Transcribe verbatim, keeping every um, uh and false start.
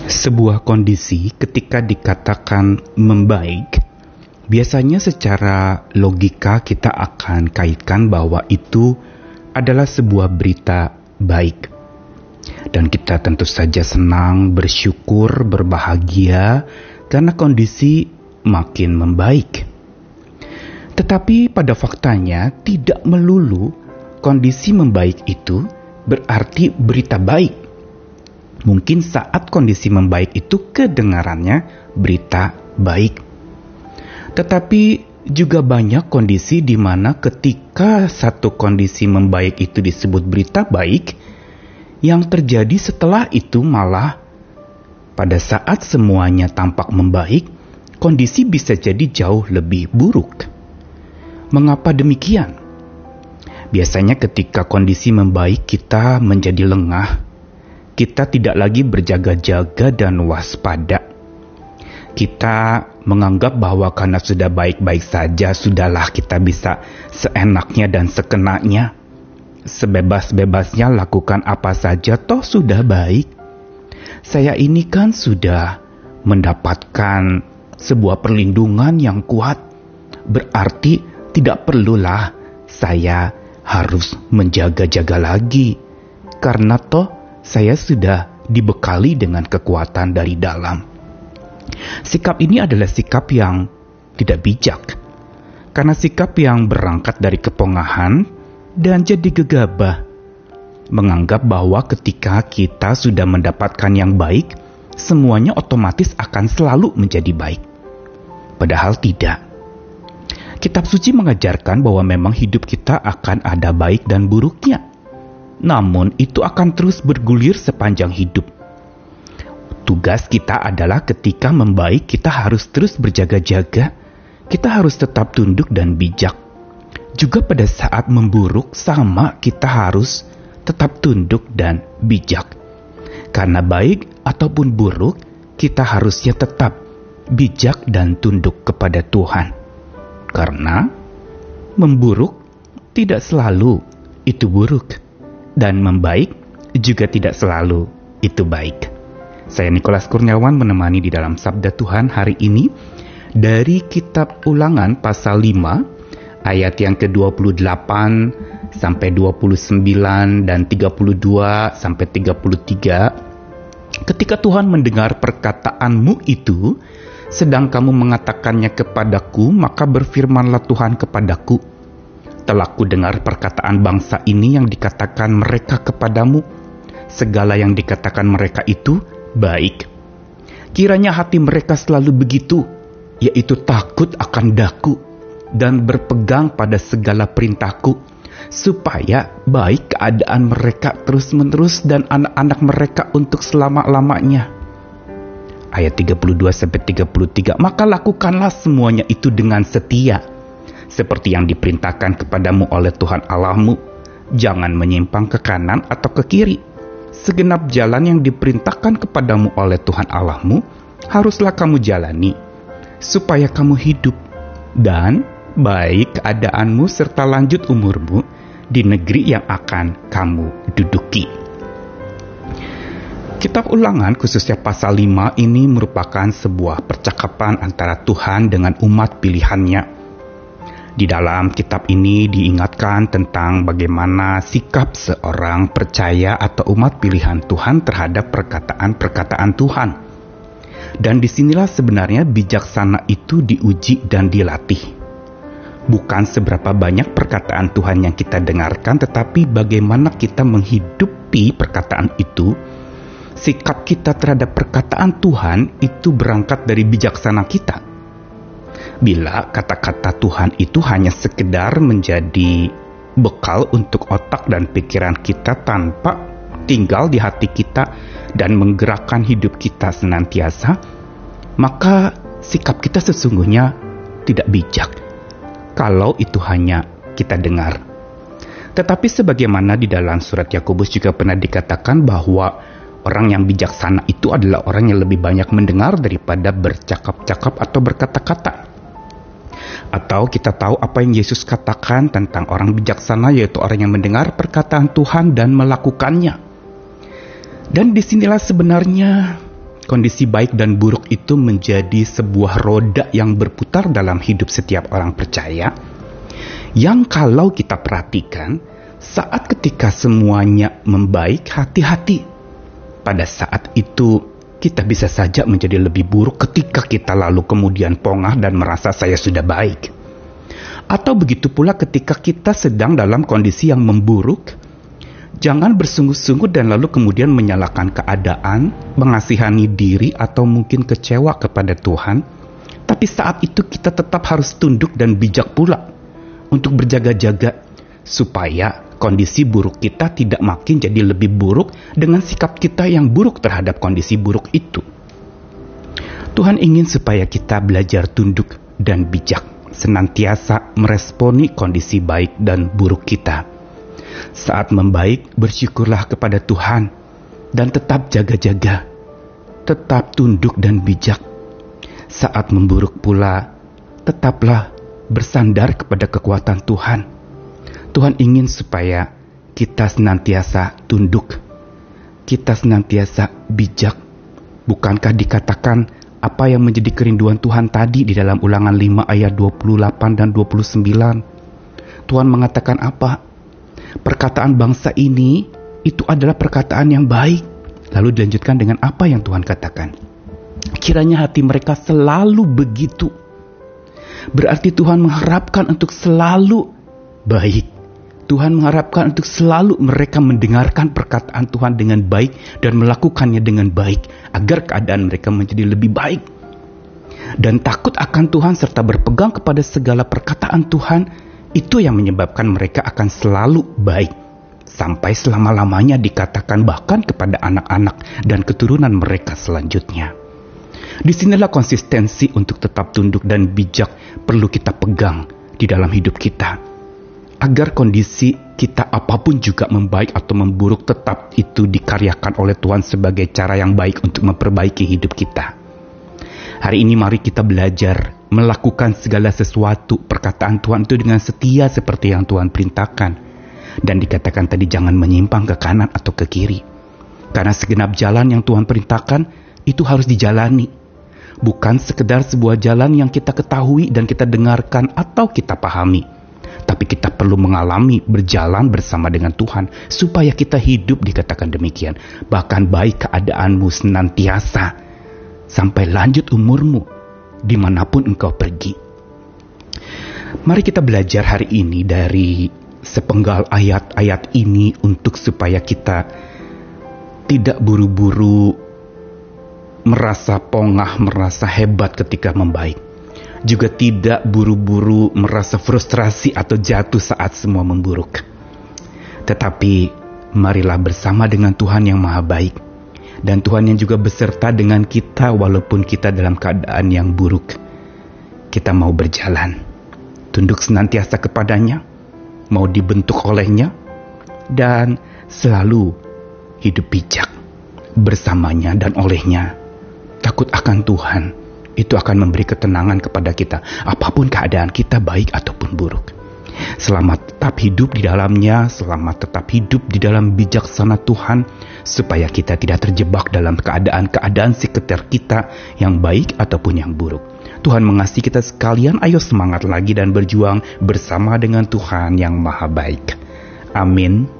Sebuah kondisi ketika dikatakan membaik, biasanya secara logika kita akan kaitkan bahwa itu adalah sebuah berita baik. Dan kita tentu saja senang, bersyukur, berbahagia karena kondisi makin membaik. Tetapi pada faktanya tidak melulu kondisi membaik itu berarti berita baik. Mungkin saat kondisi membaik itu kedengarannya berita baik. Tetapi juga banyak kondisi di mana ketika satu kondisi membaik itu disebut berita baik, yang terjadi setelah itu malah pada saat semuanya tampak membaik, kondisi bisa jadi jauh lebih buruk. Mengapa demikian? Biasanya ketika kondisi membaik kita menjadi lengah. Kita tidak lagi berjaga-jaga dan waspada. Kita menganggap bahwa karena sudah baik-baik saja, sudahlah kita bisa seenaknya dan sekenanya. Sebebas-bebasnya lakukan apa saja, toh sudah baik. Saya ini kan sudah mendapatkan sebuah perlindungan yang kuat. Berarti tidak perlulah saya harus menjaga-jaga lagi. Karena toh saya sudah dibekali dengan kekuatan dari dalam. Sikap ini adalah sikap yang tidak bijak. Karena sikap yang berangkat dari kepongahan dan jadi gegabah. Menganggap bahwa ketika kita sudah mendapatkan yang baik, semuanya otomatis akan selalu menjadi baik. Padahal tidak. Kitab suci mengajarkan bahwa memang hidup kita akan ada baik dan buruknya. Namun itu akan terus bergulir sepanjang hidup. Tugas kita adalah ketika membaik kita harus terus berjaga-jaga. Kita harus tetap tunduk dan bijak. Juga pada saat memburuk sama kita harus tetap tunduk dan bijak. Karena baik ataupun buruk kita harusnya tetap bijak dan tunduk kepada Tuhan. Karena memburuk tidak selalu itu buruk. Dan membaik juga tidak selalu itu baik. Saya Nikolas Kurniawan menemani di dalam Sabda Tuhan hari ini dari Kitab Ulangan pasal lima ayat yang ke dua puluh delapan sampai dua puluh sembilan dan tiga puluh dua sampai tiga puluh tiga. Ketika Tuhan mendengar perkataanmu itu, sedang kamu mengatakannya kepadaku, maka berfirmanlah Tuhan kepadaku, telah ku dengar perkataan bangsa ini yang dikatakan mereka kepadamu. Segala yang dikatakan mereka itu baik. Kiranya hati mereka selalu begitu, yaitu takut akan daku dan berpegang pada segala perintahku, supaya baik keadaan mereka terus-menerus dan anak-anak mereka untuk selama-lamanya. Ayat tiga puluh dua sampai tiga puluh tiga. Maka lakukanlah semuanya itu dengan setia, seperti yang diperintahkan kepadamu oleh Tuhan Allahmu. Jangan menyimpang ke kanan atau ke kiri. Segenap jalan yang diperintahkan kepadamu oleh Tuhan Allahmu haruslah kamu jalani, supaya kamu hidup dan baik keadaanmu serta lanjut umurmu di negeri yang akan kamu duduki. Kitab Ulangan khususnya pasal lima ini merupakan sebuah percakapan antara Tuhan dengan umat pilihannya. Di dalam kitab ini diingatkan tentang bagaimana sikap seorang percaya atau umat pilihan Tuhan terhadap perkataan-perkataan Tuhan. Dan disinilah sebenarnya bijaksana itu diuji dan dilatih. Bukan seberapa banyak perkataan Tuhan yang kita dengarkan, tetapi bagaimana kita menghidupi perkataan itu. Sikap kita terhadap perkataan Tuhan itu berangkat dari bijaksana kita. Bila kata-kata Tuhan itu hanya sekedar menjadi bekal untuk otak dan pikiran kita tanpa tinggal di hati kita dan menggerakkan hidup kita senantiasa, maka sikap kita sesungguhnya tidak bijak kalau itu hanya kita dengar. Tetapi sebagaimana di dalam surat Yakobus juga pernah dikatakan bahwa orang yang bijaksana itu adalah orang yang lebih banyak mendengar daripada bercakap-cakap atau berkata-kata. Atau kita tahu apa yang Yesus katakan tentang orang bijaksana, yaitu orang yang mendengar perkataan Tuhan dan melakukannya. Dan disinilah sebenarnya kondisi baik dan buruk itu menjadi sebuah roda yang berputar dalam hidup setiap orang percaya, yang kalau kita perhatikan, saat ketika semuanya membaik, hati-hati. Pada saat itu, kita bisa saja menjadi lebih buruk ketika kita lalu kemudian pongah dan merasa saya sudah baik. Atau begitu pula ketika kita sedang dalam kondisi yang memburuk, jangan bersungguh-sungguh dan lalu kemudian menyalahkan keadaan, mengasihani diri atau mungkin kecewa kepada Tuhan. Tapi saat itu kita tetap harus tunduk dan bijak pula untuk berjaga-jaga supaya kondisi buruk kita tidak makin jadi lebih buruk dengan sikap kita yang buruk terhadap kondisi buruk itu. Tuhan ingin supaya kita belajar tunduk dan bijak, senantiasa meresponi kondisi baik dan buruk kita. Saat membaik, bersyukurlah kepada Tuhan dan tetap jaga-jaga, tetap tunduk dan bijak. Saat memburuk pula, tetaplah bersandar kepada kekuatan Tuhan. Tuhan ingin supaya kita senantiasa tunduk, kita senantiasa bijak. Bukankah dikatakan apa yang menjadi kerinduan Tuhan tadi di dalam Ulangan lima ayat dua puluh delapan dan dua puluh sembilan? Tuhan mengatakan apa? Perkataan bangsa ini itu adalah perkataan yang baik. Lalu dilanjutkan dengan apa yang Tuhan katakan. Kiranya hati mereka selalu begitu. Berarti Tuhan mengharapkan untuk selalu baik. Tuhan mengharapkan untuk selalu mereka mendengarkan perkataan Tuhan dengan baik dan melakukannya dengan baik agar keadaan mereka menjadi lebih baik. Dan takut akan Tuhan serta berpegang kepada segala perkataan Tuhan, itu yang menyebabkan mereka akan selalu baik. Sampai selama-lamanya dikatakan bahkan kepada anak-anak dan keturunan mereka selanjutnya. Disinilah konsistensi untuk tetap tunduk dan bijak perlu kita pegang di dalam hidup kita. Agar kondisi kita apapun juga membaik atau memburuk, tetap itu dikaryakan oleh Tuhan sebagai cara yang baik untuk memperbaiki hidup kita. Hari ini mari kita belajar melakukan segala sesuatu perkataan Tuhan itu dengan setia seperti yang Tuhan perintahkan. Dan dikatakan tadi jangan menyimpang ke kanan atau ke kiri. Karena segenap jalan yang Tuhan perintahkan itu harus dijalani. Bukan sekedar sebuah jalan yang kita ketahui dan kita dengarkan atau kita pahami. Tapi kita perlu mengalami berjalan bersama dengan Tuhan supaya kita hidup, dikatakan demikian. Bahkan baik keadaanmu senantiasa sampai lanjut umurmu dimanapun engkau pergi. Mari kita belajar hari ini dari sepenggal ayat-ayat ini untuk supaya kita tidak buru-buru merasa pongah, merasa hebat ketika membaik. Juga tidak buru-buru merasa frustrasi atau jatuh saat semua memburuk. Tetapi marilah bersama dengan Tuhan yang maha baik. Dan Tuhan yang juga beserta dengan kita walaupun kita dalam keadaan yang buruk. Kita mau berjalan, tunduk senantiasa kepadanya, mau dibentuk olehnya, dan selalu hidup bijak bersamanya dan olehnya. Takut akan Tuhan. Itu akan memberi ketenangan kepada kita, apapun keadaan kita baik ataupun buruk. Selamat tetap hidup di dalamnya, selamat tetap hidup di dalam bijaksana Tuhan, supaya kita tidak terjebak dalam keadaan-keadaan sekitar kita yang baik ataupun yang buruk. Tuhan mengasihi kita sekalian, ayo semangat lagi dan berjuang bersama dengan Tuhan yang maha baik. Amin.